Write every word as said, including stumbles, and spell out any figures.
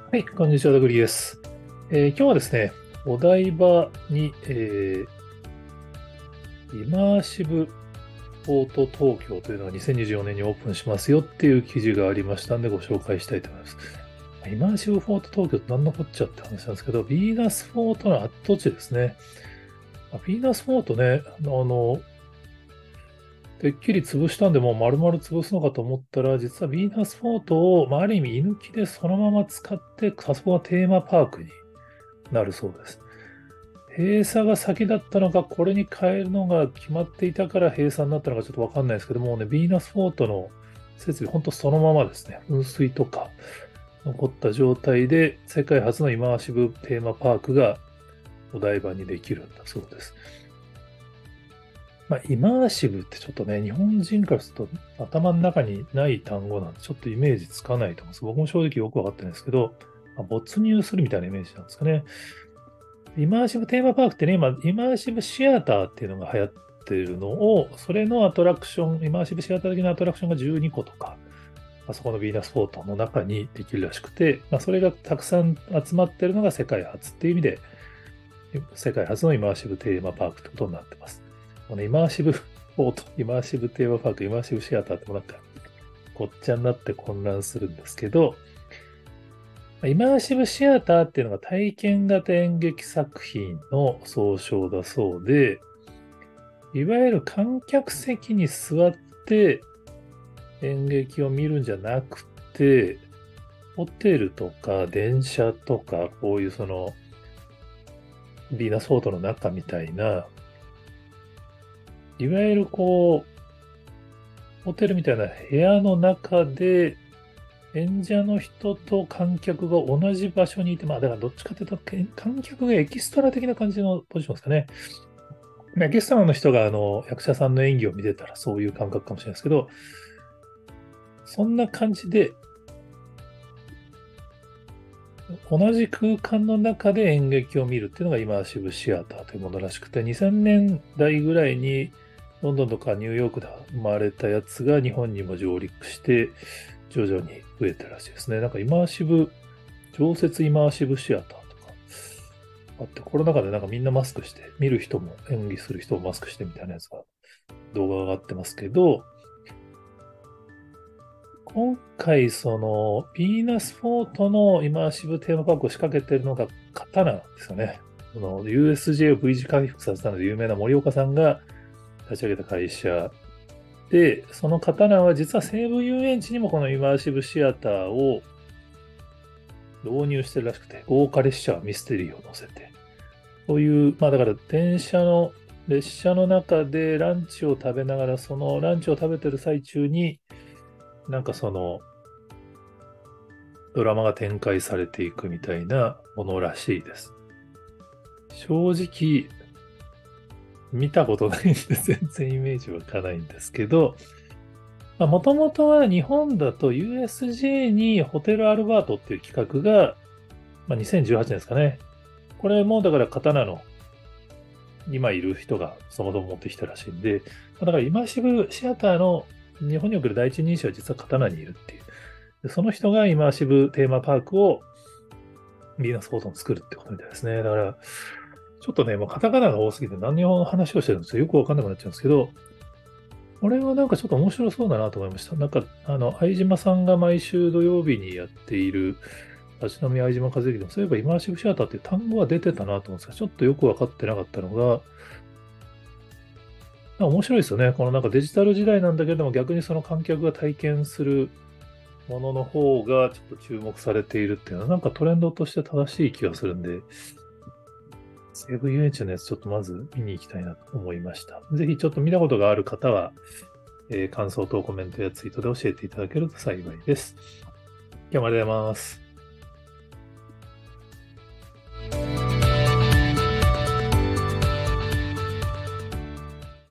はい、こんにちは、ダグリです。えー今日はですね、お台場に、えーイマーシブフォート東京というのがにせんにじゅうよねんにオープンしますよっていう記事がありましたのでご紹介したいと思います。イマーシブフォート東京って何のこっちゃって話なんですけど、ヴィーナスフォートの跡地ですね。まあヴィーナスフォートね、あの、てっきり潰したんで、もう丸々潰すのかと思ったら、実はヴィーナスフォートを、まあ、ある意味居抜きでそのまま使って、あそこがテーマパークになるそうです。閉鎖が先だったのか、これに変えるのが決まっていたから閉鎖になったのかちょっとわかんないですけどもね、ヴィーナスフォートの設備、本当そのままですね、噴水とか残った状態で、世界初のイマーシブテーマパークがお台場にできるんだそうです。まあ、イマーシブってちょっとね、日本人からすると頭の中にない単語なんで、ちょっとイメージつかないと思うんです。僕も正直よくわかってないんですけど、まあ没入するみたいなイメージなんですかね。イマーシブテーマパークってね、今、イマーシブシアターっていうのが流行ってるのを、それのアトラクション、イマーシブシアター的なアトラクションがじゅうにことか、あそこのヴィーナスフォートの中にできるらしくて、まあ、それがたくさん集まってるのが世界初っていう意味で、世界初のイマーシブテーマパークってことになってます。このイマーシブフォート、イマーシブテーマパーク、イマーシブシアターってもなんか、ごっちゃになって混乱するんですけど、イマーシブシアターっていうのが体験型演劇作品の総称だそうで、いわゆる観客席に座って演劇を見るんじゃなくて、ホテルとか電車とか、こういうそのヴィーナスフォートの中みたいな、いわゆるこう、ホテルみたいな部屋の中で演者の人と観客が同じ場所にいて、まあだからどっちかというと、観客がエキストラ的な感じのポジションですかね。エキストラの人があの役者さんの演技を見てたらそういう感覚かもしれないですけど、そんな感じで同じ空間の中で演劇を見るっていうのがイマーシブシアターというものらしくて、にせんねんだいぐらいにロンドンとかニューヨークで生まれたやつが日本にも上陸して、徐々に増えてるらしいですね。なんかイマーシブ、常設イマーシブシアターとかあって、コロナ禍でなんかみんなマスクして、見る人も演技する人もマスクしてみたいなやつが動画が上がってますけど、今回、その、ヴィーナスフォートのイマーシブテーマパークを仕掛けてるのが刀なんですよね。その ユーエスジェー を V 字回復させたので有名な森岡さんが立ち上げた会社で、その刀は実は西武遊園地にもこのイマーシブシアターを導入してるらしくて、豪華列車はミステリーを乗せて、そういう、まあだから電車の列車の中でランチを食べながら、そのランチを食べてる最中に、なんかそのドラマが展開されていくみたいなものらしいです。正直、見たことないんで全然イメージ湧かないんですけど、もともとは日本だと ユーエスジェー にホテルアルバートっていう企画が、まあ、にせんじゅうはちねんですかね。これもだから刀の今いる人がそもそも持ってきたらしいんで、だからイマーシブシアターの日本における第一人者は実は刀にいるっていう。でその人がイマーシブテーマパークをヴィーナスフォートを作るってことみたいですね。だから、ちょっとね、もうカタカナが多すぎて何の話をしてるんですかよくわかんなくなっちゃうんですけど、これはなんかちょっと面白そうだなと思いました。なんか、あの、相島さんが毎週土曜日にやっている、立ち飲み相島和之でも、そういえばイマーシブシアターっていう単語は出てたなと思うんですが、ちょっとよくわかってなかったのが、面白いですよね。このなんかデジタル時代なんだけれども、逆にその観客が体験するものの方がちょっと注目されているっていうのは、なんかトレンドとして正しい気がするんで、西武遊園地のやつちょっとまず見に行きたいなと思いました。ぜひちょっと見たことがある方は、えー感想等コメントやツイートで教えていただけると幸いです。今日もありがとうございます。